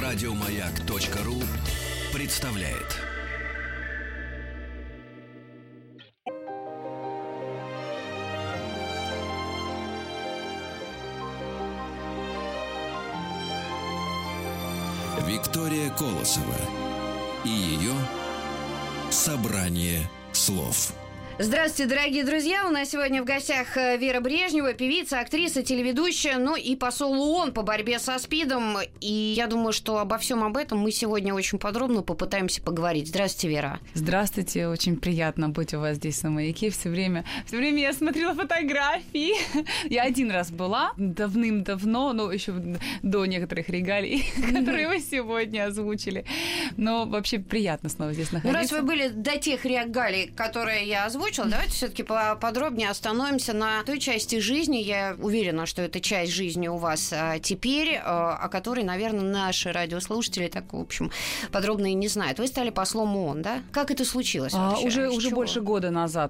Радиомаяк.ру представляет. Виктория Колосова и ее собрание слов. Здравствуйте, дорогие друзья! У нас сегодня в гостях Вера Брежнева, певица, актриса, телеведущая, ну и посол ООН по борьбе со СПИДом. И я думаю, что обо всем об этом мы сегодня очень подробно попытаемся поговорить. Здравствуйте, Вера. Здравствуйте, очень приятно быть у вас здесь на Маяке. Все время я смотрела фотографии. Я один раз была давным-давно, но еще до некоторых регалий, которые вы сегодня озвучили. Но вообще приятно снова здесь находиться. Ну, раз вы были до тех регалий, которые я озвучила, давайте все-таки поподробнее остановимся на той части жизни. Я уверена, что это часть жизни у вас теперь, о которой, наверное, наши радиослушатели так, в общем, подробно и не знают. Вы стали послом ООН, да? Как это случилось вообще? Уже больше года назад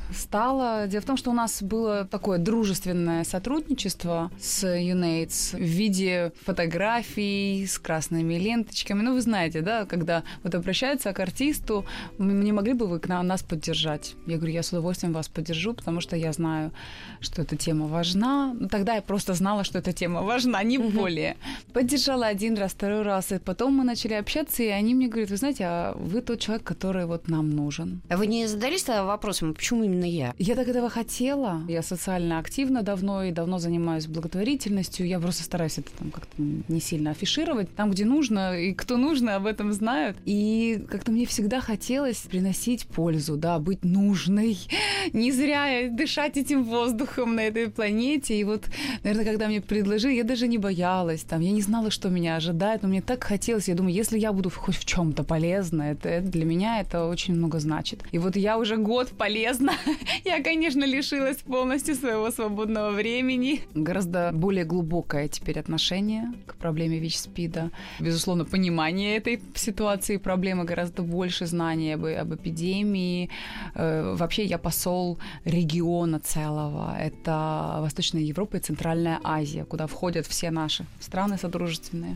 стало. Дело в том, что у нас было такое дружественное сотрудничество с UNAIDS в виде фотографий с красными ленточками. Ну, вы знаете, да, когда вот обращаются к артисту, не могли бы вы нас поддержать? Я говорю, я с удовольствием вас поддержу, потому что я знаю, что эта тема важна. Тогда я просто знала, что эта тема важна, не более. Поддержала один раз, второй раз, и потом мы начали общаться, и они мне говорят, вы знаете, а вы тот человек, который вот нам нужен. А вы не задались тогда вопросом, почему именно я? Я так этого хотела. Я социально активна давно и давно занимаюсь благотворительностью. Я просто стараюсь это там как-то не сильно афишировать. Там, где нужно, и кто нужно, об этом знают. И как-то мне всегда хотелось приносить пользу, да, быть нужной. Не зря дышать этим воздухом на этой планете. И вот, наверное, когда мне предложили, я даже не боялась. Там, я не знала, что меня ожидает, но мне так хотелось. Я думаю, если я буду хоть в чем-то полезна, это для меня это очень много значит. И вот я уже год полезна. Я, конечно, лишилась полностью своего свободного времени. Гораздо более глубокое теперь отношение к проблеме ВИЧ-СПИДа. Безусловно, понимание этой ситуации, проблемы гораздо больше, знания об эпидемии. Вообще, я посол региона целого. Это Восточная Европа и Центральная Азия, куда входят все наши страны содружественные.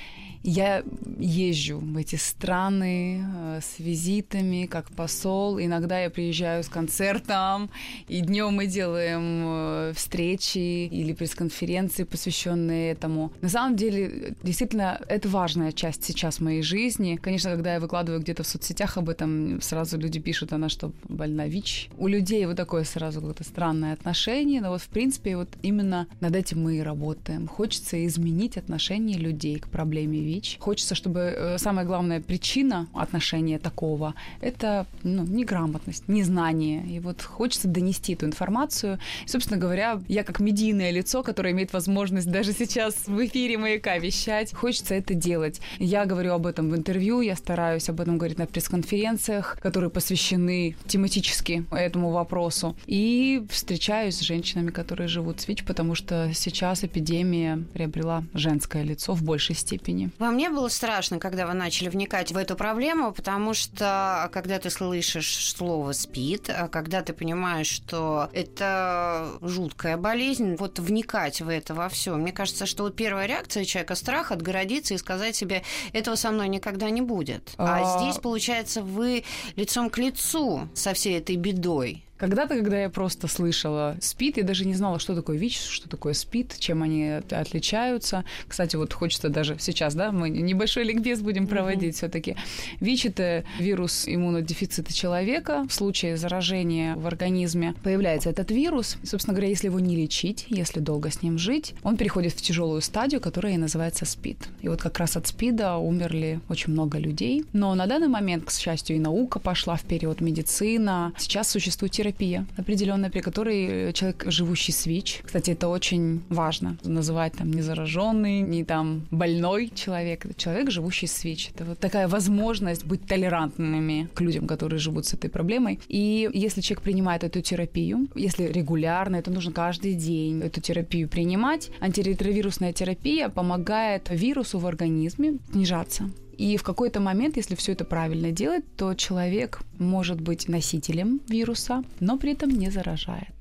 Я езжу в эти страны с визитами, как посол. Иногда я приезжаю с концертом, и днем мы делаем встречи или пресс-конференции, посвященные этому. На самом деле, действительно, это важная часть сейчас моей жизни. Конечно, когда я выкладываю где-то в соцсетях об этом, сразу люди пишут, она что, больна ВИЧ? У людей вот такое сразу какое-то странное отношение, но вот, в принципе, вот именно над этим мы и работаем. Хочется изменить отношение людей к проблеме ВИЧ. Хочется, чтобы самая главная причина отношения такого – это неграмотность, незнание. И вот хочется донести эту информацию. И, собственно говоря, я как медийное лицо, которое имеет возможность даже сейчас в эфире Маяка вещать, хочется это делать. Я говорю об этом в интервью, я стараюсь об этом говорить на пресс-конференциях, которые посвящены тематически этому вопросу. И встречаюсь с женщинами, которые живут с ВИЧ, потому что сейчас эпидемия приобрела женское лицо в большей степени. Вам не было страшно, когда вы начали вникать в эту проблему, потому что когда ты слышишь слово СПИД, когда ты понимаешь, что это жуткая болезнь, вот вникать в это во все. Мне кажется, что вот первая реакция человека – страх, отгородиться и сказать себе, этого со мной никогда не будет. А здесь, получается, вы лицом к лицу со всей этой бедой. Когда-то, когда я просто слышала СПИД, я даже не знала, что такое ВИЧ, что такое СПИД, чем они отличаются. Кстати, вот хочется даже сейчас, да, мы небольшой ликбез будем проводить все-таки. ВИЧ – это вирус иммунодефицита человека. В случае заражения в организме появляется этот вирус. И, собственно говоря, если его не лечить, если долго с ним жить, он переходит в тяжелую стадию, которая и называется СПИД. И вот как раз от СПИДа умерли очень много людей. Но на данный момент, к счастью, и наука пошла вперед, медицина. Сейчас существует терапия определенная, при которой человек, живущий с ВИЧ, кстати, это очень важно, называть там не зараженный, не там больной человек, это человек, живущий с ВИЧ. Это вот такая возможность быть толерантными к людям, которые живут с этой проблемой. И если человек принимает эту терапию, если регулярно, это нужно каждый день эту терапию принимать, антиретровирусная терапия помогает вирусу в организме снижаться. И в какой-то момент, если все это правильно делать, то человек может быть носителем вируса, но при этом не заражает.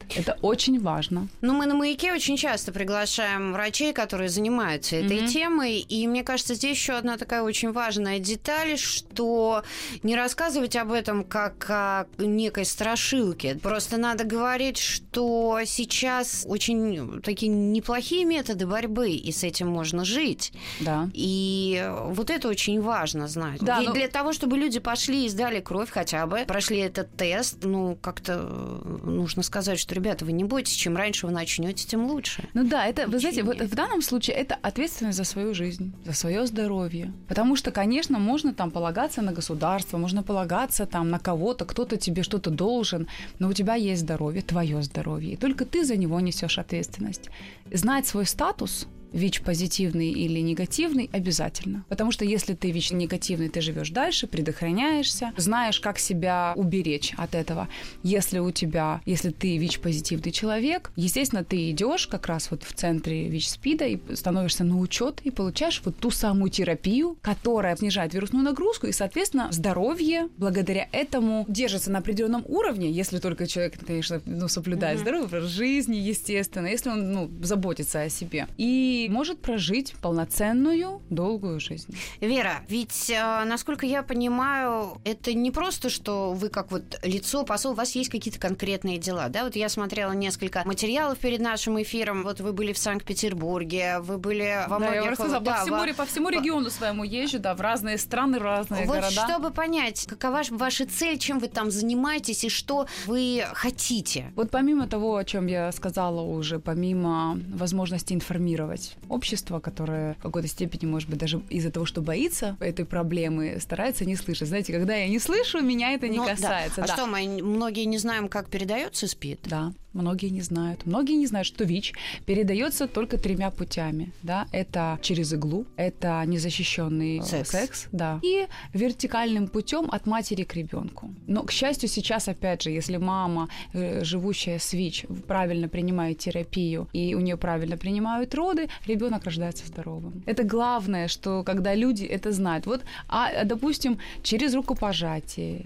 Это очень важно. Ну, мы на «Маяке» очень часто приглашаем врачей, которые занимаются этой темой, и мне кажется, здесь еще одна такая очень важная деталь, что не рассказывать об этом как о некой страшилке. Просто надо говорить, что сейчас очень такие неплохие методы борьбы, и с этим можно жить. Да. И вот это очень важно знать. Да, ведь для того, чтобы люди пошли и сдали кровь хотя бы, прошли этот тест, как-то нужно сказать, что, ребята, вы не бойтесь, чем раньше вы начнете, тем лучше. Ну да, это, вы знаете, вот в данном случае это ответственность за свою жизнь, за свое здоровье. Потому что, конечно, можно там полагаться на государство, можно полагаться там на кого-то, кто-то тебе что-то должен, но у тебя есть здоровье, твое здоровье, и только ты за него несешь ответственность. Знать свой статус, ВИЧ позитивный или негативный, обязательно. Потому что если ты ВИЧ негативный, ты живешь дальше, предохраняешься, знаешь, как себя уберечь от этого. Если ты ВИЧ позитивный человек, естественно, ты идешь как раз вот в центре ВИЧ-СПИДа и становишься на учет и получаешь вот ту самую терапию, которая снижает вирусную нагрузку, и, соответственно, здоровье благодаря этому держится на определенном уровне, если только человек, конечно, соблюдает здоровый образ жизни, естественно, если он заботится о себе. И может прожить полноценную, долгую жизнь. Вера, ведь, насколько я понимаю, это не просто, что вы как вот лицо, посол, у вас есть какие-то конкретные дела, да? Вот я смотрела несколько материалов перед нашим эфиром, вот вы были в Санкт-Петербурге, вы были во многих... Я рассказала, по всему региону своему езжу, в разные страны, в разные города. Вот чтобы понять, какова ваша цель, чем вы там занимаетесь и что вы хотите. Вот помимо того, о чем я сказала уже, помимо возможности информировать общество, которое в какой-то степени, может быть, даже из-за того, что боится этой проблемы, старается не слышать. Знаете, когда я не слышу, меня это не касается. Да. А что, мы многие не знаем, как передается СПИД? Да. Многие не знают. Многие не знают, что ВИЧ передается только 3 путями. Да? Это через иглу, это незащищенный секс, да, и вертикальным путем от матери к ребенку. Но, к счастью, сейчас, опять же, если мама, живущая с ВИЧ, правильно принимает терапию и у нее правильно принимают роды, ребенок рождается здоровым. Это главное, что когда люди это знают. Вот, допустим, через рукопожатие,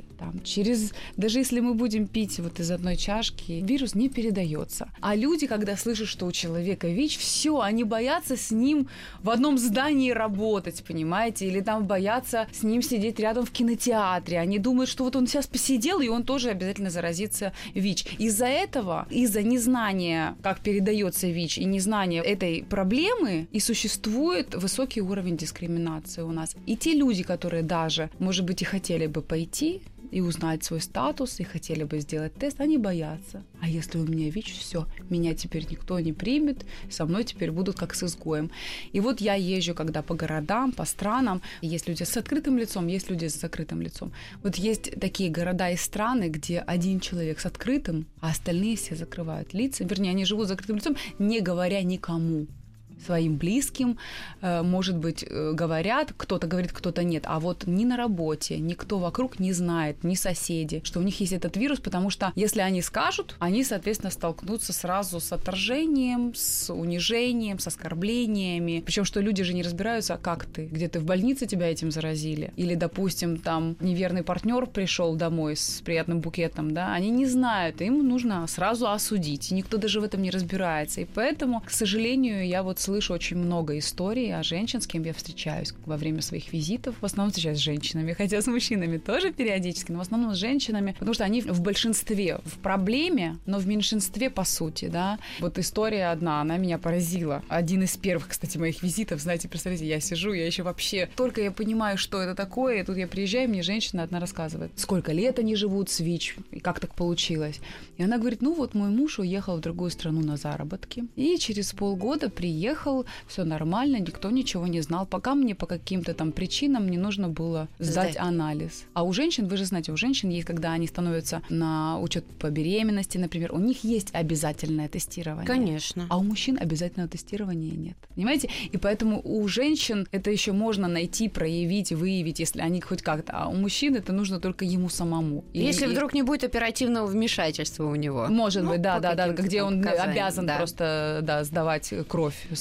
даже если мы будем пить вот из одной чашки, вирус не передается. А люди, когда слышат, что у человека ВИЧ, все, они боятся с ним в одном здании работать, понимаете, или там боятся с ним сидеть рядом в кинотеатре. Они думают, что вот он сейчас посидел, и он тоже обязательно заразится ВИЧ. Из-за этого, из-за незнания, как передается ВИЧ, и незнания этой проблемы, и существует высокий уровень дискриминации у нас. И те люди, которые даже, может быть, и хотели бы пойти и узнать свой статус, и хотели бы сделать тест, они боятся. А если у меня ВИЧ, все, меня теперь никто не примет, со мной теперь будут как с изгоем. И вот я езжу, когда по городам, по странам, есть люди с открытым лицом, есть люди с закрытым лицом. Вот есть такие города и страны, где один человек с открытым, а остальные все закрывают лица. Вернее, они живут с закрытым лицом, не говоря никому. Своим близким, может быть, говорят, кто-то говорит, кто-то нет, а вот ни на работе, никто вокруг не знает, ни соседи, что у них есть этот вирус, потому что если они скажут, они, соответственно, столкнутся сразу с отторжением, с унижением, с оскорблениями, причем что люди же не разбираются, как ты, где ты в больнице, тебя этим заразили, или, допустим, там неверный партнер пришел домой с приятным букетом, да, они не знают, им нужно сразу осудить, и никто даже в этом не разбирается, и поэтому, к сожалению, я вот слышу очень много историй о женщин, с кем я встречаюсь во время своих визитов. В основном встречаюсь с женщинами, хотя с мужчинами тоже периодически, но в основном с женщинами, потому что они в большинстве в проблеме, но в меньшинстве по сути, да. Вот история одна, она меня поразила. Один из первых, кстати, моих визитов, знаете, представляете, я сижу, я еще вообще, только я понимаю, что это такое, и тут я приезжаю, мне женщина одна рассказывает, сколько лет они живут с ВИЧ, и как так получилось. И она говорит, ну вот мой муж уехал в другую страну на заработки, и через полгода приехал, все нормально, никто ничего не знал, пока мне по каким-то там причинам не нужно было сдать анализ. А у женщин, вы же знаете, у женщин есть, когда они становятся на учет по беременности, например, у них есть обязательное тестирование. Конечно. А у мужчин обязательного тестирования нет. Понимаете? И поэтому у женщин это еще можно найти, проявить, выявить, если они хоть как-то. А у мужчин это нужно только ему самому. Если вдруг не будет оперативного вмешательства у него. Может быть, да, где он обязан просто сдавать кровь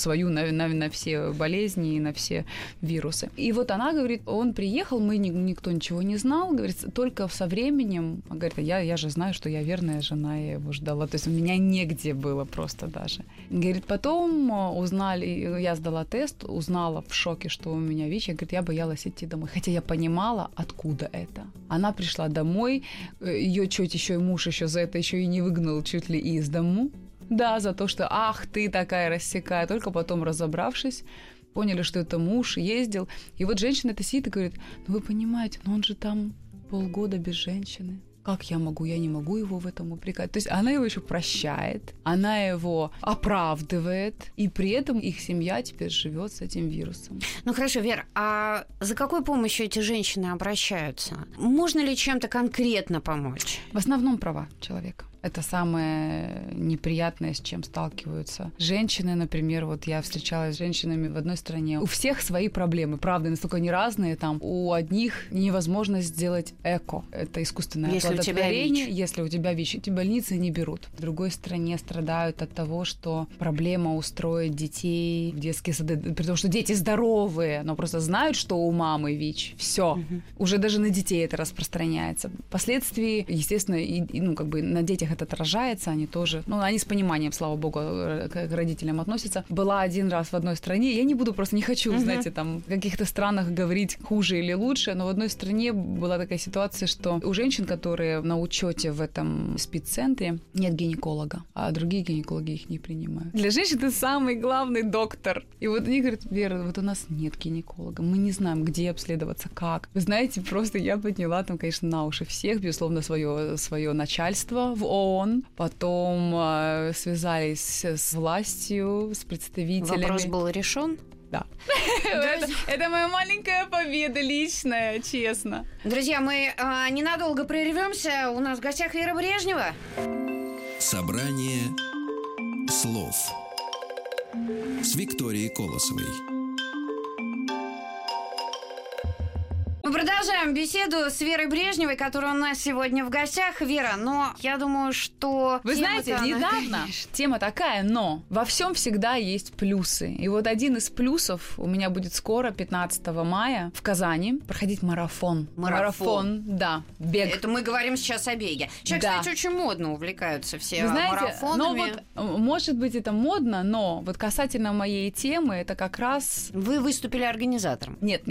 свою на все болезни и на все вирусы. И вот она говорит, он приехал, никто ничего не знал, говорит, только со временем, говорит, я же знаю, что я верная жена, я его ждала, то есть у меня негде было просто даже. Говорит, потом узнали, я сдала тест, узнала в шоке, что у меня ВИЧ, говорит, я боялась идти домой, хотя я понимала, откуда это. Она пришла домой, ее чуть еще и муж еще за это еще и не выгнал чуть ли из дому, да, за то, что, ах, ты такая рассекая, только потом разобравшись, поняли, что это муж, ездил. И вот женщина это сидит и говорит, ну вы понимаете, но он же там полгода без женщины. Как я могу? Я не могу его в этом упрекать. То есть она его еще прощает, она его оправдывает, и при этом их семья теперь живет с этим вирусом. Ну хорошо, Вера, а за какой помощью эти женщины обращаются? Можно ли чем-то конкретно помочь? В основном права человека. Это самое неприятное, с чем сталкиваются женщины. Например, вот я встречалась с женщинами в одной стране. У всех свои проблемы, правда, настолько они разные. Там у одних невозможно сделать ЭКО. Это искусственное оплодотворение. Если у тебя ВИЧ, эти больницы не берут. В другой стране страдают от того, что проблема устроить детей в детские сады, при том, что дети здоровые, но просто знают, что у мамы ВИЧ. Все. Уже даже на детей это распространяется. Впоследствии, естественно, на детях это отражается, они тоже, они с пониманием, слава богу, к родителям относятся. Была один раз в одной стране, я не хочу, знаете, там, в каких-то странах говорить хуже или лучше, но в одной стране была такая ситуация, что у женщин, которые на учете в этом спеццентре, нет гинеколога, а другие гинекологи их не принимают. Для женщин ты самый главный доктор. И вот они говорят, Вера, вот у нас нет гинеколога, мы не знаем, где обследоваться, как. Вы знаете, просто я подняла там, конечно, на уши всех, безусловно, свое начальство в ООН, потом связались с властью, с представителями. Вопрос был решен? Да. Это моя маленькая победа личная, честно. Друзья, мы ненадолго прервемся. У нас в гостях Вера Брежнева. Собрание слов с Викторией Колосовой. Мы продолжаем беседу с Верой Брежневой, которая у нас сегодня в гостях. Вера, но я думаю, что... Вы знаете, недавно тема такая, но во всем всегда есть плюсы. И вот один из плюсов у меня будет скоро, 15 мая, в Казани, проходить марафон. Марафон, да, бег. Это мы говорим сейчас о беге. Сейчас, да. Кстати, очень модно увлекаются все, вы знаете, марафонами. Может быть, это модно, но вот касательно моей темы, это как раз... Вы выступили организатором? Нет.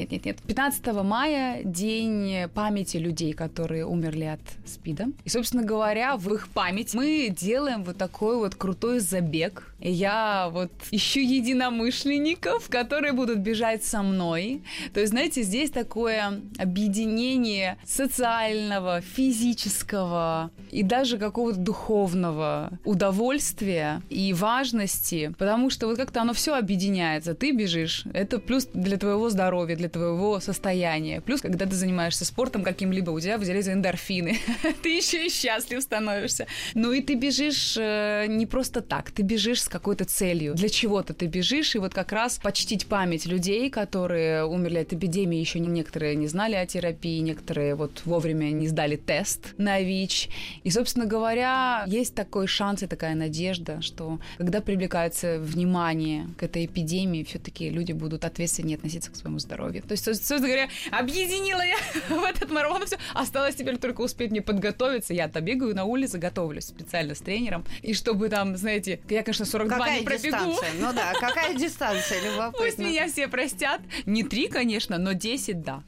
15 мая – день памяти людей, которые умерли от СПИДа. И, собственно говоря, в их память мы делаем вот такой вот крутой забег. И я вот ищу единомышленников, которые будут бежать со мной. То есть, знаете, здесь такое объединение социального, физического и даже какого-то духовного удовольствия и важности, потому что вот как-то оно все объединяется. Ты бежишь, это плюс для твоего здоровья, для твоего состояния. Плюс, когда ты занимаешься спортом каким-либо, у тебя выделяются эндорфины. Ты еще и счастлив становишься. Ну и ты бежишь не просто так, ты бежишь с какой-то целью. Для чего-то ты бежишь, и вот как раз почтить память людей, которые умерли от эпидемии, еще некоторые не знали о терапии, некоторые вот вовремя не сдали тест на ВИЧ. И, собственно говоря, есть такой шанс и такая надежда, что когда привлекается внимание к этой эпидемии, все-таки люди будут ответственнее относиться к своему здоровью. То есть, собственно говоря, объединила я в этот марафон все. Осталось теперь только успеть мне подготовиться. Я бегаю на улице, готовлюсь специально с тренером. И чтобы там, знаете, я, конечно, 42 какая не пробегу. Дистанция? Ну да, какая дистанция, любопытно. Пусть меня все простят. Не 3, конечно, но 10, да.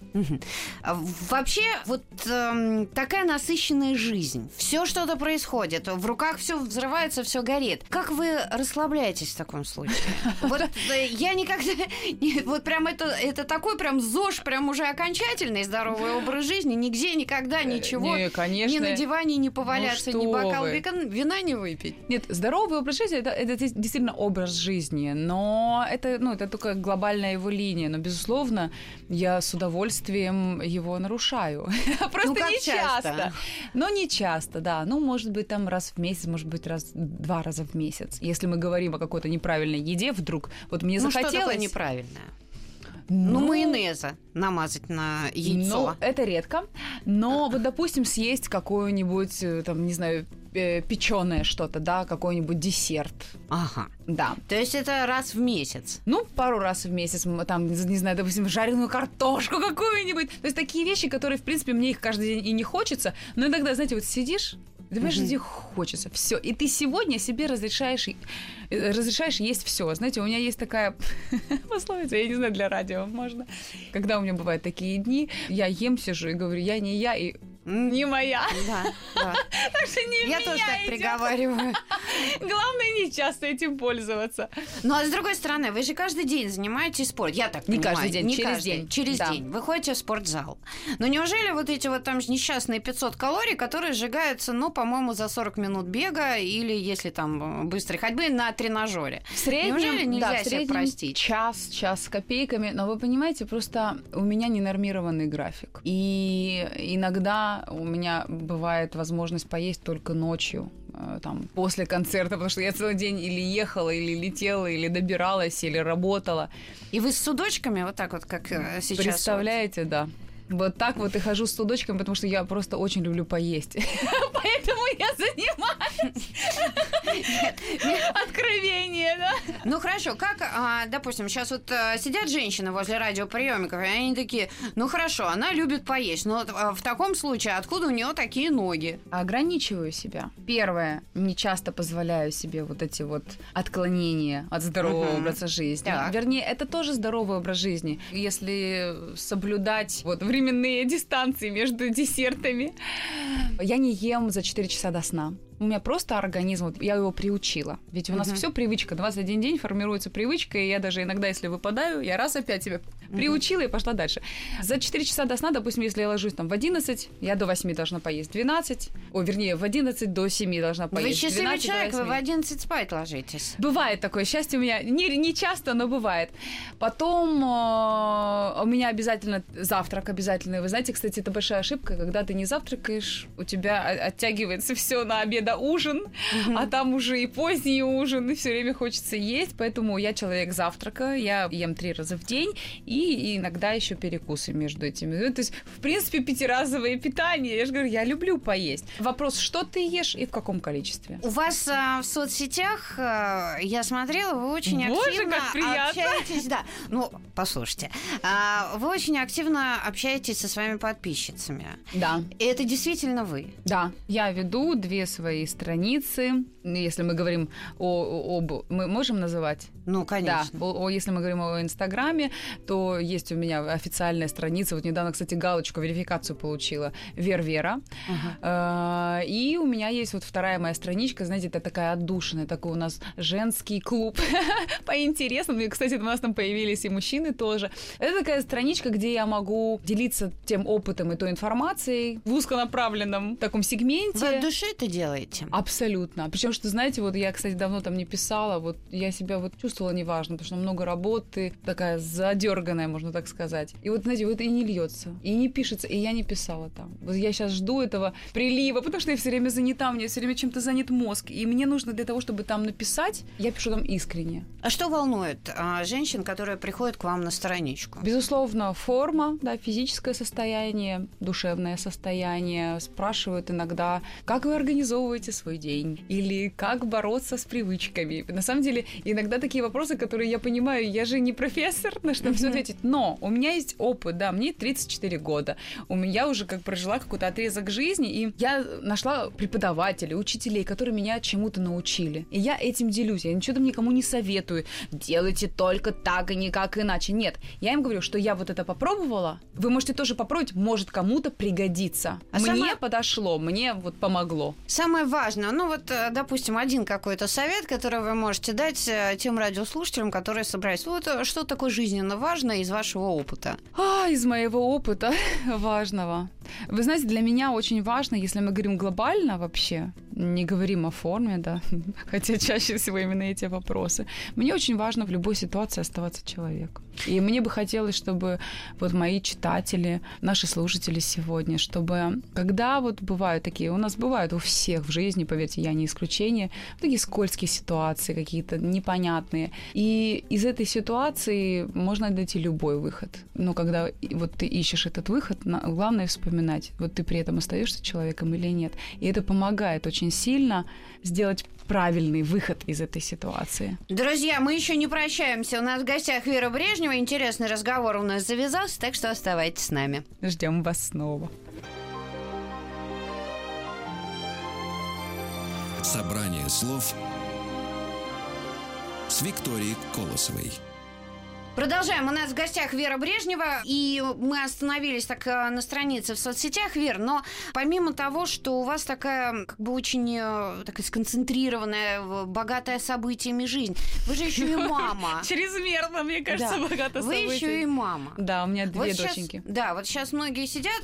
Вообще, вот такая насыщенная жизнь. Все что-то происходит. В руках все взрывается, все горит. Как вы расслабляетесь в таком случае? Вот я никогда... Вот прям это такой прям ЗОЖ, прям уже окончательный здоровый образ жизни. Нигде, никогда, ничего. Не, конечно. Ни на диване не поваляться, ни бокал вина не выпить. Нет, здоровый образ жизни это действительно образ жизни, но это только глобальная его линия. Но, безусловно, я с удовольствием его нарушаю. Просто не часто. Но не часто, да. Ну, может быть, там раз в месяц, может быть, 2 раза в месяц. Если мы говорим о какой-то неправильной еде вдруг, вот мне захотелось... что такое неправильное? Майонеза намазать на яйцо. Это редко. Но вот, допустим, съесть какое-нибудь, там, не знаю, печеное что-то, да, какой-нибудь десерт. Ага. Да. То есть это раз в месяц? Пару раз в месяц, там, не знаю, допустим, жареную картошку какую-нибудь. То есть такие вещи, которые, в принципе, мне их каждый день и не хочется. Но иногда, знаете, вот сидишь, ты понимаешь, где хочется. Все. И ты сегодня себе разрешаешь есть все. Знаете, у меня есть такая пословица, я не знаю, для радио можно. Когда у меня бывают такие дни, я ем, сижу и говорю, я не я, и не моя. Да. Так что не я тоже так приговариваю. Главное, не часто этим пользоваться. Ну, а с другой стороны, вы же каждый день занимаетесь спортом. Я так понимаю. Не каждый день, через день. Через день. Вы ходите в спортзал. Но неужели вот эти вот там несчастные 500 калорий, которые сжигаются, по-моему, за 40 минут бега или, если там быстрой ходьбы, на тренажере? В среднем, неужели нельзя себе простить? Час с копейками. Но вы понимаете, просто у меня ненормированный график. И иногда у меня бывает возможность поесть только ночью, там, после концерта, потому что я целый день или ехала, или летела, или добиралась, или работала. И вы с судочками вот так вот, как сейчас? Представляете, да. Вот так вот и хожу с судочками, потому что я просто очень люблю поесть. Поэтому я занимаюсь. Откровение, да? Ну, хорошо. Как, допустим, сейчас вот сидят женщины возле радиоприемников, и они такие, хорошо, она любит поесть, но в таком случае откуда у нее такие ноги? Ограничиваю себя. Первое, не часто позволяю себе вот эти вот отклонения от здорового образа жизни. Так. Вернее, это тоже здоровый образ жизни. Если соблюдать вот временные дистанции между десертами. Я не ем за 4 часа до сна. У меня просто организм, я его приучила. Ведь у нас все привычка. 21 день формируется привычка, и я даже иногда, если выпадаю, я раз опять себя приучила и пошла дальше. За 4 часа до сна, допустим, если я ложусь там в 11, я до 8 должна поесть 12. В 11 до 7 должна поесть 12. Вы счастливый человек, вы в 11 спать ложитесь. Бывает такое счастье у меня. Не часто, но бывает. Потом у меня обязательно завтрак обязательный. Вы знаете, кстати, это большая ошибка, когда ты не завтракаешь, у тебя оттягивается все на обед, ужин, а там уже и поздний ужин, и все время хочется есть, поэтому я человек завтрака, я ем 3 раза в день, и иногда еще перекусы между этими. То есть, в принципе, 5-разовое питание. Я же говорю, я люблю поесть. Вопрос, что ты ешь и в каком количестве? У вас в соцсетях, я смотрела, вы очень активно общаетесь. Да. Послушайте, вы очень активно общаетесь со своими подписчицами. Да. И это действительно вы? Да. Я веду 2 свои страницы. Если мы говорим мы можем называть? Конечно. Да. Если мы говорим о Инстаграме, то есть у меня официальная страница. Вот недавно, кстати, галочку, верификацию получила. Вера. И у меня есть вот вторая моя страничка, знаете, это такая отдушина, такой у нас женский клуб по интересам. И, кстати, у нас там появились и мужчины тоже. Это такая страничка, где я могу делиться тем опытом и той информацией в узконаправленном таком сегменте. Вы от души это делаете? Абсолютно. Причем, что, знаете, вот я, кстати, давно там не писала, вот я себя вот чувствовала неважно, потому что много работы, такая задерганная, можно так сказать. И вот, знаете, вот и не льется, и не пишется, и я не писала там. Вот я сейчас жду этого прилива, потому что я все время занята, мне все время чем-то занят мозг, и мне нужно для того, чтобы там написать, я пишу там искренне. А что волнует женщин, которые приходят к вам на страничку? Безусловно, форма, да, физическое состояние, душевное состояние. Спрашивают иногда, как вы организовываете свой день, или как бороться с привычками. На самом деле, иногда такие вопросы, которые я понимаю, я же не профессор, на что все ответить, но у меня есть опыт, да, мне 34 года, я уже прожила какой-то отрезок жизни, и я нашла преподавателей, учителей, которые меня чему-то научили. И я этим делюсь, я ничего там никому не советую, делайте только так и никак иначе. Нет, я им говорю, что я вот это попробовала, вы можете тоже попробовать, может кому-то пригодится. Мне подошло, мне вот помогло. Самое важное, допустим, один какой-то совет, который вы можете дать тем радиослушателям, которые собрались. Вот что такое жизненно важное из вашего опыта? Из моего опыта важного. Вы знаете, для меня очень важно, если мы говорим глобально вообще, не говорим о форме, да, хотя чаще всего именно эти вопросы, мне очень важно в любой ситуации оставаться человеком. И мне бы хотелось, чтобы вот мои читатели, наши слушатели сегодня, чтобы когда вот бывают такие, у нас бывают у всех в жизни, поверьте, я не исключение, такие скользкие ситуации какие-то непонятные. И из этой ситуации можно найти любой выход. Но когда вот ты ищешь этот выход, главное вспоминать, вот ты при этом остаешься человеком или нет. И это помогает очень сильно сделать правильный выход из этой ситуации. Друзья, мы еще не прощаемся. У нас в гостях Вера Брежнева. Интересный разговор у нас завязался, так что оставайтесь с нами. Ждем вас снова. Собрание слов с Викторией Колосовой. Продолжаем. У нас в гостях Вера Брежнева, и мы остановились так на странице в соцсетях, Вер, но помимо того, что у вас такая как бы очень такая сконцентрированная, богатая событиями жизнь, вы же еще и мама. Чрезмерно, мне кажется, богатая событиями. Вы еще и мама. Да, у меня две доченьки. Да, вот сейчас многие сидят,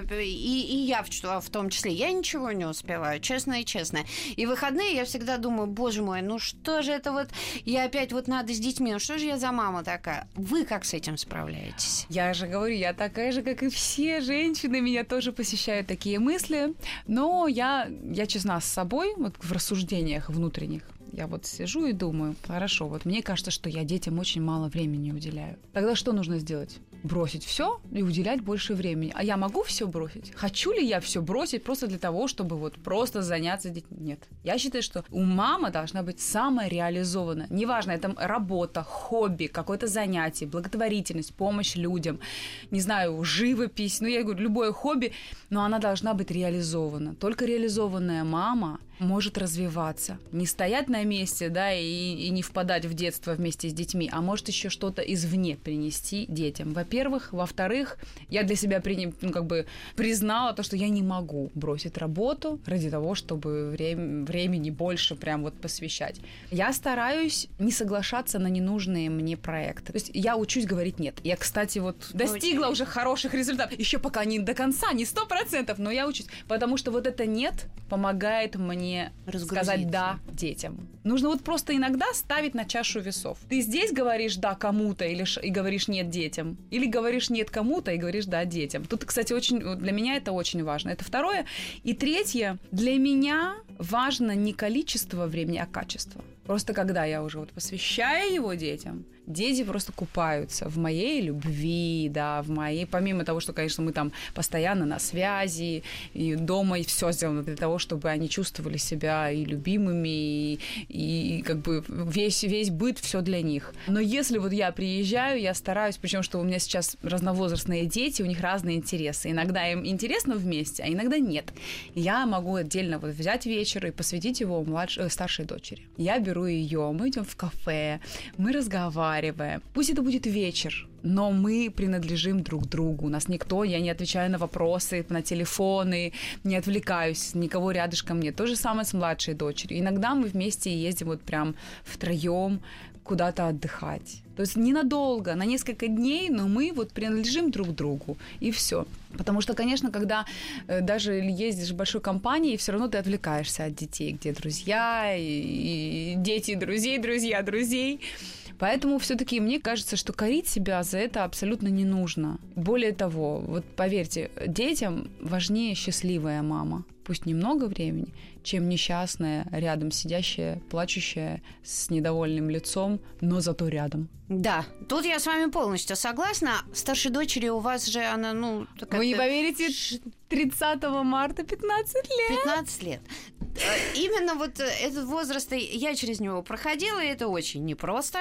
и я в том числе, я ничего не успеваю, честно и честно. И в выходные я всегда думаю, боже мой, ну что же это вот, я опять вот надо с детьми, ну что же я за мама такая? Вы как с этим справляетесь? Я же говорю, я такая же, как и все женщины, меня тоже посещают такие мысли, но я честна с собой, вот в рассуждениях внутренних. Я вот сижу и думаю, хорошо, вот мне кажется, что я детям очень мало времени уделяю. Тогда что нужно сделать? Бросить все и уделять больше времени. А я могу все бросить? Хочу ли я все бросить просто для того, чтобы вот просто заняться детьми? Нет. Я считаю, что у мамы должна быть самореализована. Неважно, это работа, хобби, какое-то занятие, благотворительность, помощь людям, не знаю, живопись, я говорю, любое хобби, но она должна быть реализована. Только реализованная мама может развиваться, не стоять на месте, да, и не впадать в детство вместе с детьми, а может еще что-то извне принести детям. Во-первых. Во-вторых, я для себя признала то, что я не могу бросить работу ради того, чтобы времени больше прям вот посвящать. Я стараюсь не соглашаться на ненужные мне проекты. То есть я учусь говорить «нет». Я, кстати, вот достигла уже хороших результатов. Еще пока не до конца, не 100%, но я учусь. Потому что вот это «нет» помогает мне сказать «да» детям. Нужно вот просто иногда ставить на чашу весов. Ты здесь говоришь «да» кому-то и говоришь «нет» детям. Или говоришь «нет» кому-то и говоришь «да» детям. Тут, кстати, для меня это очень важно. Это второе. И третье. Для меня важно не количество времени, а качество. Просто когда я уже вот посвящаю его детям, дети просто купаются в моей любви, да, помимо того, что, конечно, мы там постоянно на связи, и дома, и все сделано для того, чтобы они чувствовали себя и любимыми, и как бы весь быт, все для них. Но если вот я приезжаю, я стараюсь, причем что у меня сейчас разновозрастные дети, у них разные интересы. Иногда им интересно вместе, а иногда нет. Я могу отдельно вот взять вечер и посвятить его старшей дочери. Я беру ее, мы идем в кафе, мы разговариваем. Пусть это будет вечер, но мы принадлежим друг другу. У нас я не отвечаю на вопросы, на телефоны, не отвлекаюсь, никого рядышком нет. То же самое с младшей дочерью. Иногда мы вместе ездим вот прям втроем куда-то отдыхать. То есть ненадолго, на несколько дней, но мы вот принадлежим друг другу, и все. Потому что, конечно, когда даже ездишь в большой компании, все равно ты отвлекаешься от детей, где друзья, и дети друзей, друзья друзей. Поэтому все-таки мне кажется, что корить себя за это абсолютно не нужно. Более того, вот поверьте, детям важнее счастливая мама. Пусть немного времени, чем несчастная, рядом сидящая, плачущая, с недовольным лицом, но зато рядом. Да, тут я с вами полностью согласна. Старшей дочери у вас же она, такая... Вы не поверите, 30 марта 15 лет. 15 лет. Именно вот этот возраст, я через него проходила, и это очень непросто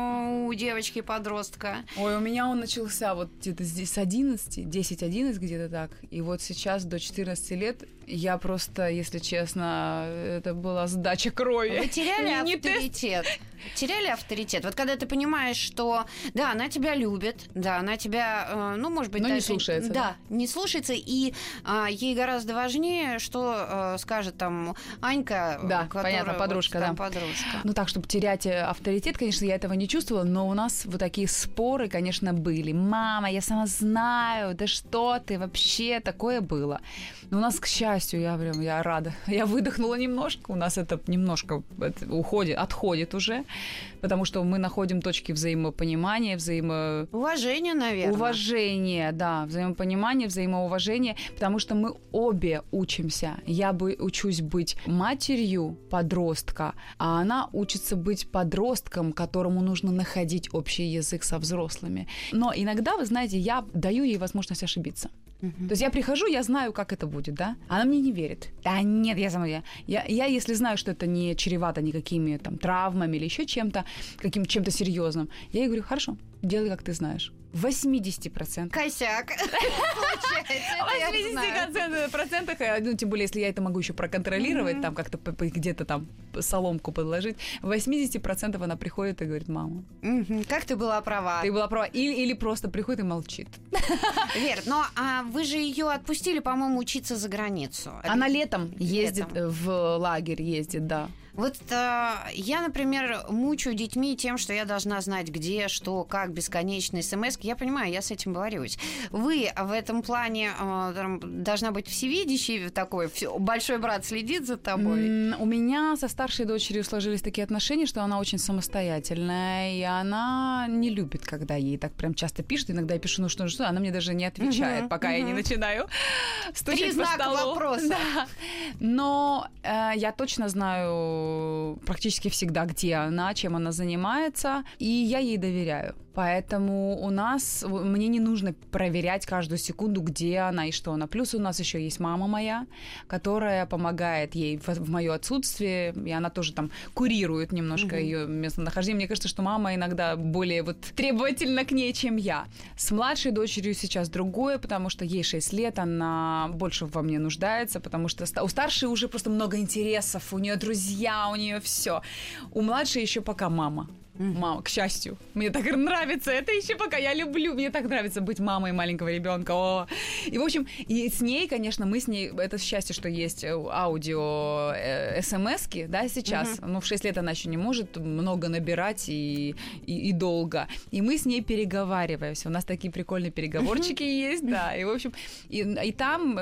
у девочки-подростка. Ой, у меня он начался вот где-то здесь с 11, 10-11 где-то так, и вот сейчас до 14 лет я просто, если честно, это была сдача крови. Вы теряли авторитет. Теряли авторитет. Вот когда ты понимаешь, что, да, она тебя любит, да, она тебя, может быть, но даже... не слушается. Да, не слушается, и ей гораздо важнее, что скажет там Анька, Да, которая, понятно, подружка, вот, там, да. подружка. Ну так, чтобы терять авторитет, конечно, я этого не чувствовала, но у нас вот такие споры, конечно, были. Мама, я сама знаю, да что ты, вообще такое было. Но у нас, к счастью, я рада, я выдохнула немножко, у нас это немножко отходит уже, потому что мы находим точки взаимопонимания, Уважение, наверное. Уважение, да, взаимопонимание, взаимоуважение, потому что мы обе учимся. Я учусь быть матерью подростка, а она учится быть подростком, которому нужно находить общий язык со взрослыми. Но иногда, вы знаете, я даю ей возможность ошибиться. То есть я прихожу, я знаю, как это будет, да? Она мне не верит. Да нет, я если знаю, что это не чревато никакими там травмами или еще чем-то серьезным, я ей говорю, хорошо, делай, как ты знаешь. 80%. Косяк. В 80%, ну, тем более, если я это могу еще проконтролировать, там как-то где-то там соломку подложить, 80% она приходит и говорит, мама. Как ты была права. Ты была права. Или просто приходит и молчит. Вер, но вы же ее отпустили, по-моему, учиться за границу. Она летом ездит в лагерь, да. Вот я, например, мучаю детьми тем, что я должна знать, где, что, как, бесконечные смс. Я понимаю, я с этим борюсь. Вы в этом плане должна быть всевидящей такой, большой брат следит за тобой? У меня со старшей дочерью сложились такие отношения, что она очень самостоятельная, и она не любит, когда ей так прям часто пишут. Иногда я пишу, ну что, она мне даже не отвечает, пока я не начинаю стучать по столу. 3 знака вопроса. Да. Но я точно знаю практически всегда, где она, чем она занимается, и я ей доверяю. Поэтому мне не нужно проверять каждую секунду, где она и что она. Плюс у нас еще есть мама моя, которая помогает ей в моё отсутствие, и она тоже там курирует немножко ее местонахождение. Мне кажется, что мама иногда более требовательна к ней, чем я. С младшей дочерью сейчас другое, потому что ей 6 лет, она больше во мне нуждается, потому что у старшей уже просто много интересов, у нее друзья, у нее все. У младшей еще пока мама. Мама, к счастью. Мне так нравится. Это еще пока я люблю. Мне так нравится быть мамой маленького ребенка. И, в общем, и с ней, конечно, мы с ней... Это счастье, что есть аудио смс-ки, да, сейчас. Но в 6 лет она еще не может много набирать и долго. И мы с ней переговариваемся. У нас такие прикольные переговорчики есть, да. И, в общем, и там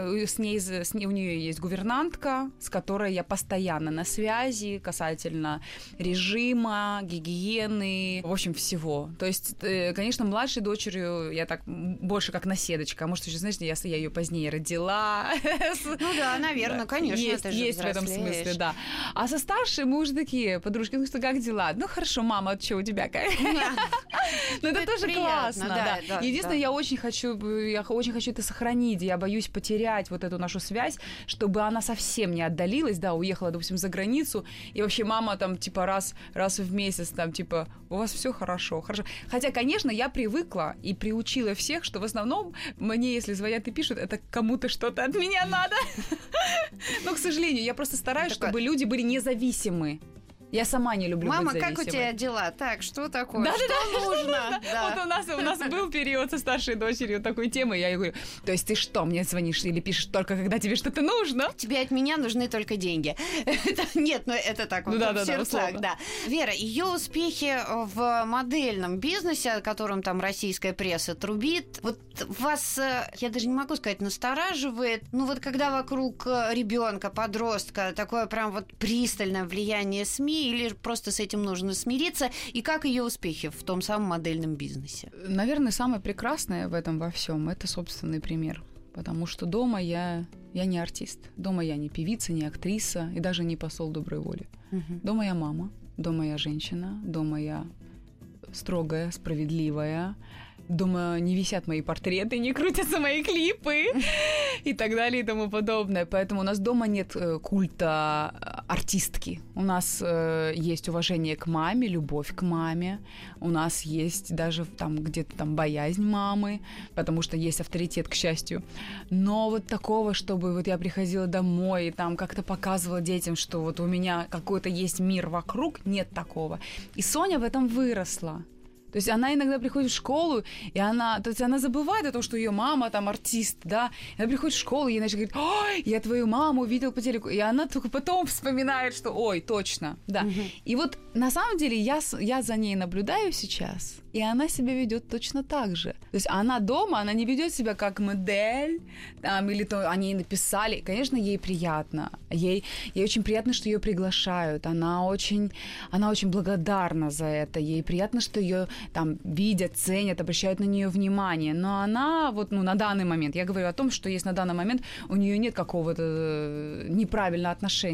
у нее есть гувернантка, с которой я постоянно на связи касательно режима, гигиены, в общем, всего. То есть, конечно, младшей дочерью я так больше как наседочка. А может, еще, знаешь, я ее позднее родила. Ну да, наверное, конечно. Есть в этом смысле, да. А со старшей мы уже такие подружки, ну что, как дела? Ну хорошо, мама, что у тебя? Ну это тоже классно, да. Единственное, я очень хочу это сохранить. Я боюсь потерять вот эту нашу связь, чтобы она совсем не отдалилась, да, уехала, допустим, за границу, и вообще мама там, типа, раз в месяц, там, типа, у вас все хорошо. Хотя, конечно, я привыкла и приучила всех, что в основном мне, если звонят и пишут, это кому-то что-то от меня надо. Но, к сожалению, я просто стараюсь, чтобы люди были независимы. Я сама не люблю Мама, быть зависимой. как у тебя дела? Так, что такое? Да, что нужно? Вот у нас был период со старшей дочерью такой темы, я ей говорю, то есть ты что, мне звонишь или пишешь только, когда тебе что-то нужно? Тебе от меня нужны только деньги. Нет, ну это так вот в сердцах, да. Вера, ее успехи в модельном бизнесе, о котором там российская пресса трубит, вот вас, я даже не могу сказать, настораживает, ну вот когда вокруг ребенка, подростка, такое прям вот пристальное влияние СМИ, или просто с этим нужно смириться? И как ее успехи в том самом модельном бизнесе? Наверное, самое прекрасное в этом во всем — это собственный пример. Потому что дома я не артист. Дома я не певица, не актриса и даже не посол доброй воли. Дома я мама, дома я женщина, дома я строгая, справедливая. Дома не висят мои портреты, не крутятся мои клипы и так далее и тому подобное. Поэтому у нас дома нет культа артистки. У нас есть уважение к маме, любовь к маме. У нас есть даже там где-то там боязнь мамы, потому что есть авторитет, к счастью. Но вот такого, чтобы вот я приходила домой и там как-то показывала детям, что вот у меня какой-то есть мир вокруг, нет такого. И Соня в этом выросла. То есть она иногда приходит в школу, и она забывает о том, что ее мама там артист, да. Она приходит в школу, и ей начинает говорить: ой, я твою маму видел по телеку. И она только потом вспоминает, что ой, точно, да. И вот на самом деле я за ней наблюдаю сейчас, и она себя ведет точно так же. То есть она дома, она не ведет себя как модель, там, или то они написали. Конечно, ей приятно. Ей очень приятно, что ее приглашают. Она очень благодарна за это. Ей приятно, что ее там видят, ценят, обращают на нее внимание. Но она вот, на данный момент, я говорю о том, что есть на данный момент, у нее нет какого-то неправильного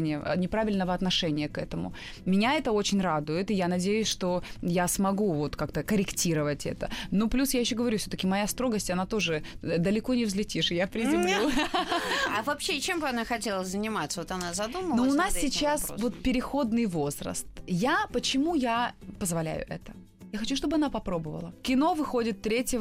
отношения к этому. Меня это очень радует, и я надеюсь, что я смогу вот как-то корректировать это. Но плюс я еще говорю, все-таки моя строгость, она тоже далеко не взлетишь, я приземлю. А вообще, чем бы она хотела заниматься? Вот она задумалась. Но у нас сейчас вот переходный возраст. Почему я позволяю это? Я хочу, чтобы она попробовала. Кино выходит 3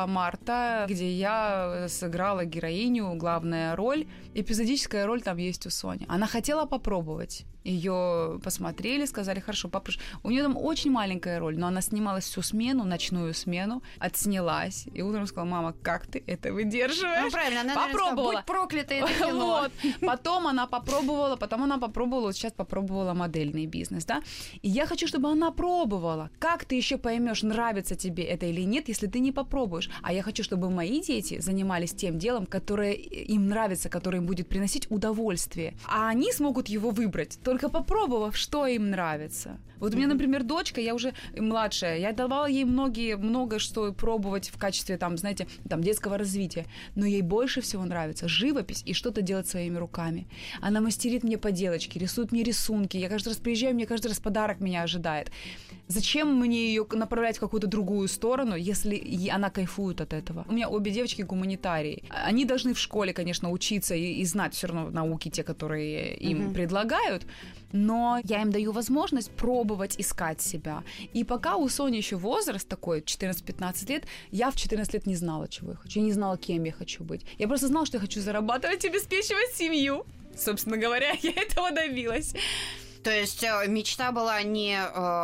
марта, где я сыграла героиню, главная роль. Эпизодическая роль там есть у Сони. Она хотела попробовать. Ее посмотрели, сказали: хорошо, попробуй. У нее там очень маленькая роль, но она снималась всю смену, ночную смену, отснялась. И утром сказала: мама, как ты это выдерживаешь? Ну, правильно, она попробовала. Будь проклята это кино. Вот. Потом она попробовала, вот сейчас попробовала модельный бизнес, да? И я хочу, чтобы она пробовала. Как ты еще поймешь, нравится тебе это или нет, если ты не попробуешь? А я хочу, чтобы мои дети занимались тем делом, которое им нравится, которое им будет приносить удовольствие. А они смогут его выбрать, только попробовав, что им нравится. Вот у меня, например, дочка, я уже младшая, я давала ей много что пробовать в качестве, там, знаете, там, детского развития, но ей больше всего нравится живопись и что-то делать своими руками. Она мастерит мне поделочки, рисует мне рисунки, я каждый раз приезжаю, мне каждый раз подарок меня ожидает. Зачем мне ее направлять в какую-то другую сторону, если она кайфует от этого? У меня обе девочки гуманитарии. Они должны в школе, конечно, учиться и знать все равно науки, те, которые им предлагают, но я им даю возможность пробовать искать себя. И пока у Сони еще возраст такой, 14-15 лет, я в 14 лет не знала, чего я хочу. Я не знала, кем я хочу быть. Я просто знала, что я хочу зарабатывать и обеспечивать семью. Собственно говоря, я этого добилась. То есть мечта была не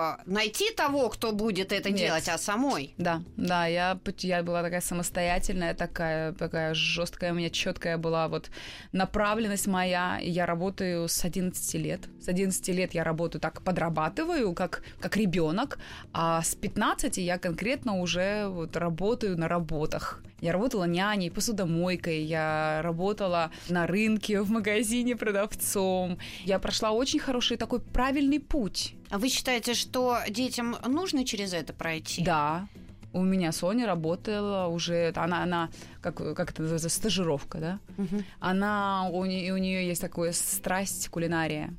найти того, кто будет это делать, а самой. Да, я была такая самостоятельная, такая жесткая, у меня четкая была вот направленность моя. И я работаю с 11 лет. С 11 лет я работаю так, подрабатываю, как ребенок, а с 15 я конкретно уже вот работаю на работах. Я работала няней, посудомойкой, я работала на рынке, в магазине продавцом. Я прошла очень хороший такой правильный путь. А вы считаете, что детям нужно через это пройти? Да. У меня Соня работала уже, она как это называется, стажировка, да? У нее есть такая страсть кулинария.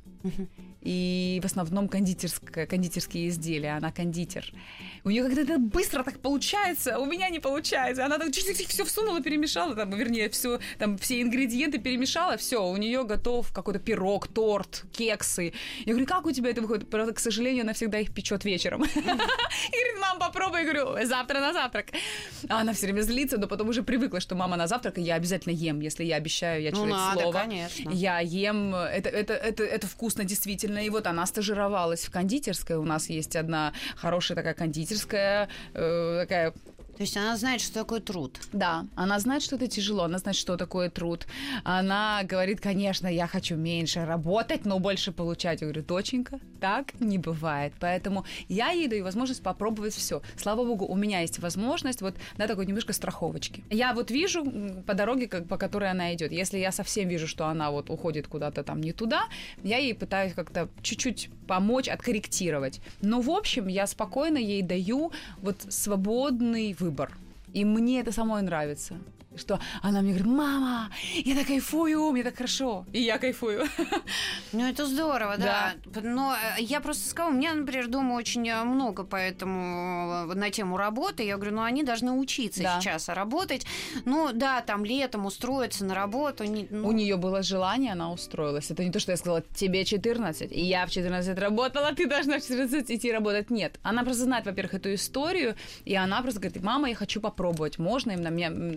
И в основном кондитерские изделия, она кондитер. У нее как-то это быстро так получается, у меня не получается. Она так все всунула, перемешала, все ингредиенты перемешала, все, у нее готов какой-то пирог, торт, кексы. Я говорю: как у тебя это выходит? Правда, к сожалению, она всегда их печет вечером. И говорит: мам, попробуй. Я говорю: завтра на завтрак. А она все время злится, но потом уже привыкла, что мама на завтрак, и я обязательно ем. Если я обещаю, я человек слова. Конечно. Я ем, это вкусно действительно. И вот она стажировалась в кондитерской. У нас есть одна хорошая такая кондитерская, такая... То есть она знает, что такое труд. Да, она знает, что это тяжело, она знает, что такое труд. Она говорит: конечно, я хочу меньше работать, но больше получать. Я говорю: доченька, так не бывает. Поэтому я ей даю возможность попробовать все. Слава богу, у меня есть возможность такой немножко страховочки. Я вот вижу по дороге, по которой она идет. Если я совсем вижу, что она вот уходит куда-то там не туда, я ей пытаюсь как-то чуть-чуть помочь, откорректировать. Но, в общем, я спокойно ей даю вот свободный выбор. И мне это самой нравится. Что она мне говорит: мама, я так кайфую, мне так хорошо. И я кайфую. Ну, это здорово, да. Но я просто сказала, у меня, например, дома очень много поэтому на тему работы. Я говорю: они должны учиться сейчас работать. Ну, да, там летом устроиться на работу. У нее было желание, она устроилась. Это не то, что я сказала: тебе 14, и я в 14 работала, ты должна в 14 идти работать. Нет. Она просто знает, во-первых, эту историю, и она просто говорит: мама, я хочу попробовать. Можно? Она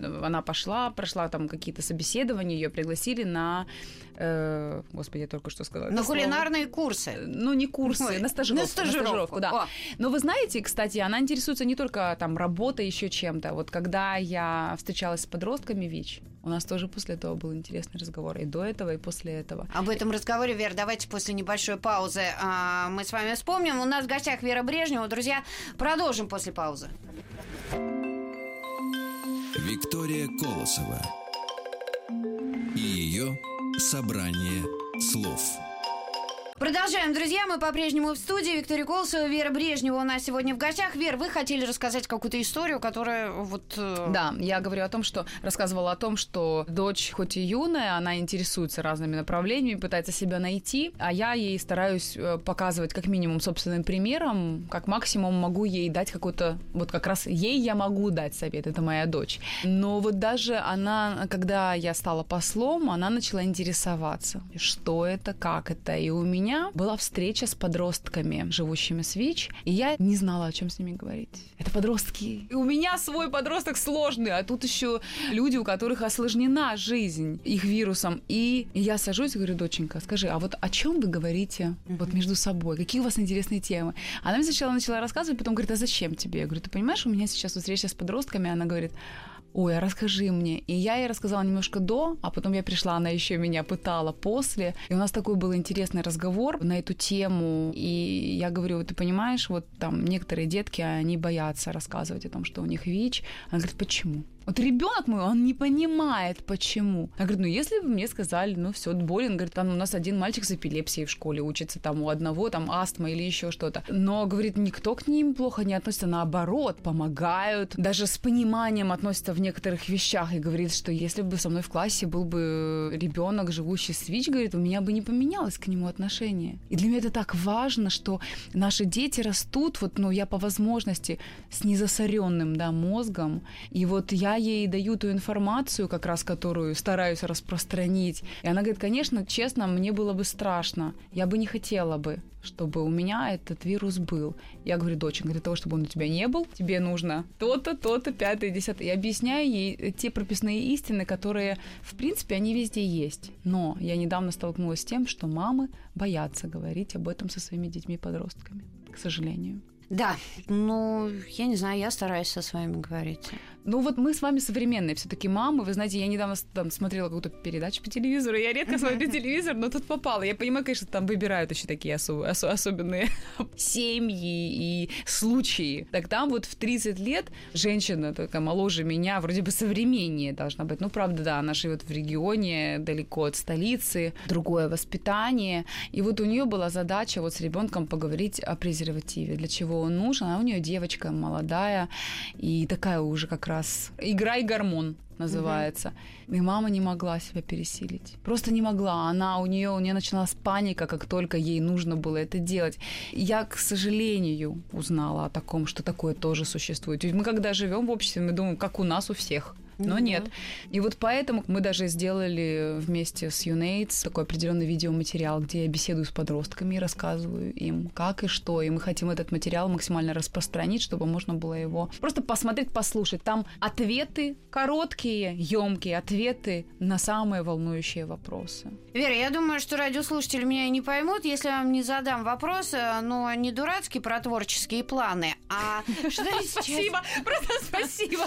пошла, прошла там какие-то собеседования, ее пригласили на... Господи, я только что сказала. На кулинарные курсы. Ну, не курсы, на стажировку. На стажировку, да. О. Но вы знаете, кстати, она интересуется не только там работой, еще чем-то. Вот когда я встречалась с подростками ВИЧ, у нас тоже после этого был интересный разговор. И до этого, и после этого. Об этом разговоре, Вера, давайте после небольшой паузы мы с вами вспомним. У нас в гостях Вера Брежнева. Друзья, продолжим после паузы. Виктория Колосова и ее собрание слов. Продолжаем, друзья. Мы по-прежнему в студии. Виктория Колосова, Вера Брежнева у нас сегодня в гостях. Вера, вы хотели рассказать какую-то историю, которая вот... Да, я говорю о том, что... Рассказывала о том, что дочь, хоть и юная, она интересуется разными направлениями, пытается себя найти, а я ей стараюсь показывать как минимум собственным примером, как максимум могу ей дать какой-то... Вот как раз ей я могу дать совет, это моя дочь. Но вот даже она, когда я стала послом, она начала интересоваться, что это, как это, и у меня была встреча с подростками, живущими с ВИЧ, и я не знала, о чем с ними говорить. Это подростки. И у меня свой подросток сложный, а тут еще люди, у которых осложнена жизнь их вирусом. И я сажусь и говорю: доченька, скажи, а вот о чем вы говорите вот между собой? Какие у вас интересные темы? Она мне сначала начала рассказывать, потом говорит: а зачем тебе? Я говорю: ты понимаешь, у меня сейчас встреча с подростками. Она говорит: ой, а расскажи мне. И я ей рассказала немножко до, а потом я пришла, она еще меня пытала после. И у нас такой был интересный разговор на эту тему. И я говорю: ты понимаешь, вот там некоторые детки, они боятся рассказывать о том, что у них ВИЧ. Она говорит: почему? Вот ребенок мой, он не понимает, почему. Я говорю: ну, если бы мне сказали, ну, все, болен, говорит, там у нас один мальчик с эпилепсией в школе учится, там у одного там астма или еще что-то. Но, говорит, никто к ним плохо не относится, наоборот, помогают, даже с пониманием относятся в некоторых вещах. И говорит, что если бы со мной в классе был бы ребенок, живущий с ВИЧ, говорит, у меня бы не поменялось к нему отношение. И для меня это так важно, что наши дети растут, вот, ну, я по возможности с незасоренным, да, мозгом, и вот я ей даю ту информацию, как раз которую стараюсь распространить. И она говорит: конечно, честно, мне было бы страшно. Я бы не хотела бы, чтобы у меня этот вирус был. Я говорю: доченька, для того, чтобы он у тебя не был, тебе нужно то-то, то-то, пятое, десятое. И объясняю ей те прописные истины, которые, в принципе, они везде есть. Но я недавно столкнулась с тем, что мамы боятся говорить об этом со своими детьми и подростками, к сожалению. Да, ну, я не знаю, я стараюсь со своими говорить. Ну вот мы с вами современные все-таки мамы. Вы знаете, я недавно там смотрела какую-то передачу по телевизору. Я редко смотрю телевизор, но тут попала. Я понимаю, конечно, там выбирают еще такие особенные семьи и случаи. Так там вот в 30 лет женщина такая моложе меня, вроде бы современнее должна быть. Ну, правда, да, она живет в регионе, далеко от столицы, другое воспитание. И вот у нее была задача вот с ребенком поговорить о презервативе. Для чего он нужен? А у нее девочка молодая и такая уже как раз «Играй гормон» называется. И мама не могла себя пересилить. Просто не могла. У нее начиналась паника, как только ей нужно было это делать. Я, к сожалению, узнала о таком, что такое тоже существует. Ведь мы, когда живем в обществе, мы думаем, как у нас у всех. Но нет. И вот поэтому мы даже сделали вместе с UNAIDS такой определенный видеоматериал, где я беседую с подростками и рассказываю им, как и что. И мы хотим этот материал максимально распространить, чтобы можно было его просто посмотреть, послушать. Там ответы короткие, ёмкие ответы на самые волнующие вопросы. Вера, я думаю, что радиослушатели меня и не поймут, если я вам не задам вопросы, но не дурацкие про творческие планы, а что сейчас... Спасибо, просто спасибо.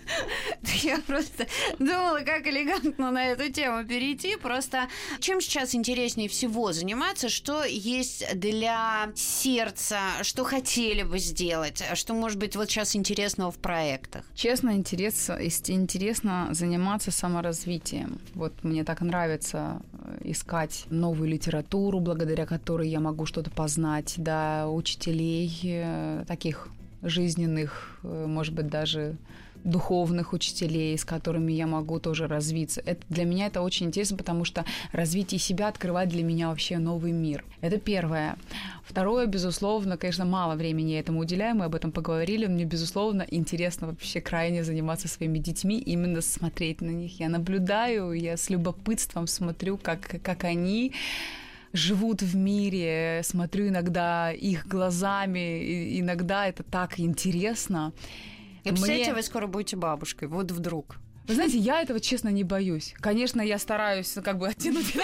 Я просто думала, как элегантно на эту тему перейти. Просто чем сейчас интереснее всего заниматься, что есть для сердца, что хотели бы сделать, что, может быть, вот сейчас интересного в проектах? Честно, интересно заниматься саморазвитием. Вот мне так нравится искать новую литературу, благодаря которой я могу что-то познать, да, учителей таких жизненных, может быть, даже духовных учителей, с которыми я могу тоже развиться. Для меня это очень интересно, потому что развитие себя открывает для меня вообще новый мир. Это первое. Второе, безусловно, конечно, мало времени я этому уделяю, мы об этом поговорили. Мне, безусловно, интересно вообще крайне заниматься своими детьми, именно смотреть на них. Я наблюдаю, я с любопытством смотрю, как они живут в мире, смотрю иногда их глазами, и иногда это так интересно. И представляете, вы скоро будете бабушкой, вот вдруг. Вы знаете, я этого, честно, не боюсь. Конечно, я стараюсь как бы оттянуть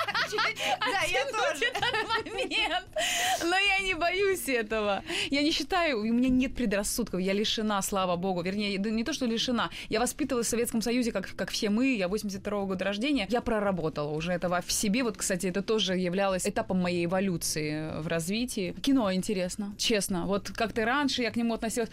этот момент, но я не боюсь этого. Я не считаю, у меня нет предрассудков, я лишена, слава богу. Вернее, не то, что лишена. Я воспитывалась в Советском Союзе, как все мы, я 82-го года рождения. Я проработала уже этого в себе. Вот, кстати, это тоже являлось этапом моей эволюции в развитии. Кино интересно, честно. Вот как-то раньше я к нему относилась,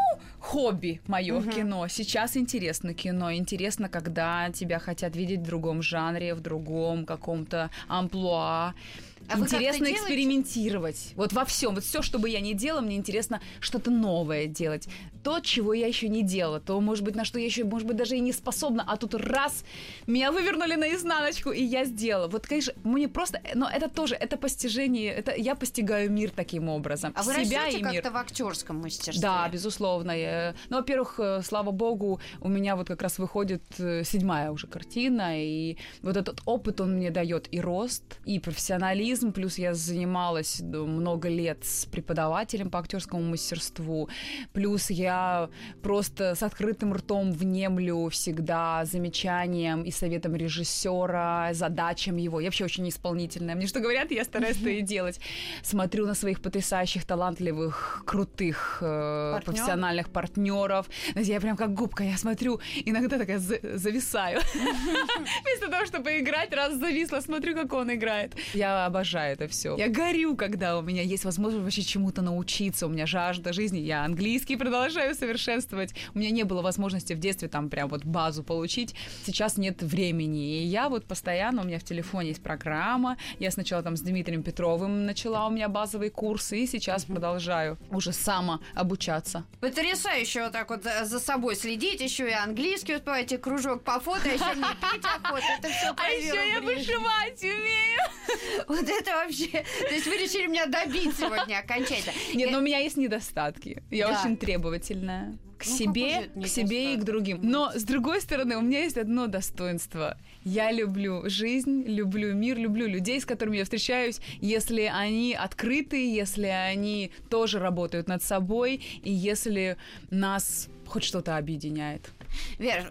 хобби мое кино. Сейчас интересно кино. Интересно, когда тебя хотят видеть в другом жанре, в другом каком-то амплуа. Интересно экспериментировать. Вот во всем. Вот все, что бы я ни делала, мне интересно что-то новое делать. То, чего я еще не делала. То, может быть, на что я еще, может быть, даже и не способна. А тут раз меня вывернули наизнаночку, и я сделала. Вот, конечно, мне просто... Но это тоже, это постижение. Это я постигаю мир таким образом. А вы растете как-то в актерском мастерстве? Да, безусловно. Во-первых, слава богу, у меня вот как раз выходит 7-я уже картина. И вот этот опыт, он мне дает и рост, и профессионализм. Плюс я занималась много лет с преподавателем по актерскому мастерству. Плюс я просто с открытым ртом внемлю всегда замечаниям и советам режиссера, задачам его. Я вообще очень исполнительная. Мне что говорят, я стараюсь то и делать. Смотрю на своих потрясающих, талантливых, крутых профессиональных партнеров. Знаете, я прям как губка, я смотрю, иногда такая зависаю. Вместо того, чтобы играть, раз зависла, смотрю, как он играет. Я обожаю это все. Я горю, когда у меня есть возможность вообще чему-то научиться. У меня жажда жизни. Я английский продолжаю совершенствовать. У меня не было возможности в детстве там прям вот базу получить. Сейчас нет времени. И я вот постоянно, у меня в телефоне есть программа. Я сначала там с Дмитрием Петровым начала у меня базовые курсы, и сейчас продолжаю уже самообучаться. Потрясающе вот так вот за собой следить. Еще и английский успеваете, кружок по фото, еще мне петь охота. Это все А еще я вышивать умею. Вот это вообще... То есть вы решили меня добить сегодня окончательно. Нет, но у меня есть недостатки. Я очень требовательная. К себе и к другим. Но, с другой стороны, у меня есть одно достоинство. Я люблю жизнь, люблю мир, люблю людей, с которыми я встречаюсь, если они открыты, если они тоже работают над собой, и если нас хоть что-то объединяет. Вер,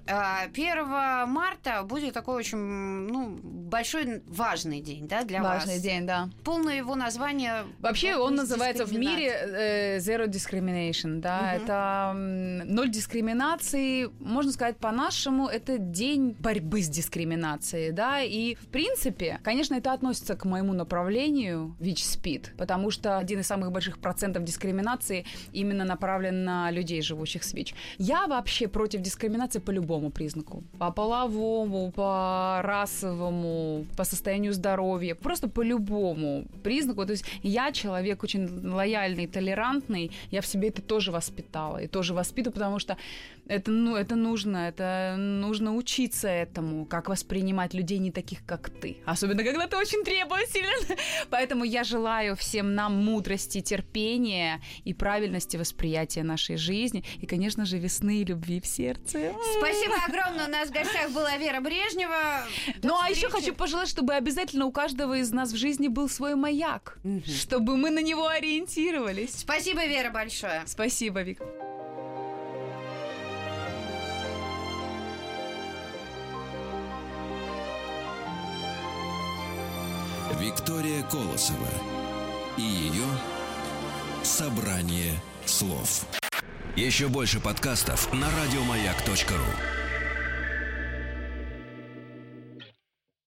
1 марта будет такой очень большой, важный день, да, для вас? Важный день, да. Полное его название... Вообще он называется в мире Zero Discrimination, да, это 0 дискриминации, можно сказать по-нашему, это день борьбы с дискриминацией, да, и в принципе, конечно, это относится к моему направлению ВИЧ-СПИД, потому что один из самых больших процентов дискриминации именно направлен на людей, живущих с ВИЧ. Я вообще против дискриминации по любому признаку. По половому, по расовому, по состоянию здоровья. Просто по любому признаку. То есть я человек очень лояльный, толерантный. Я в себе это тоже воспитала. И тоже воспитываю, потому что это нужно учиться этому. Как воспринимать людей не таких, как ты. Особенно, когда ты очень требователен. Поэтому я желаю всем нам мудрости, терпения и правильности восприятия нашей жизни. И, конечно же, весны и любви в сердце. Спасибо огромное. У нас в гостях была Вера Брежнева. А еще хочу пожелать, чтобы обязательно у каждого из нас в жизни был свой маяк, чтобы мы на него ориентировались. Спасибо, Вера, большое. Спасибо, Вик. Виктория Колосова и ее «Собрание слов». Еще больше подкастов на радиомаяк.ру.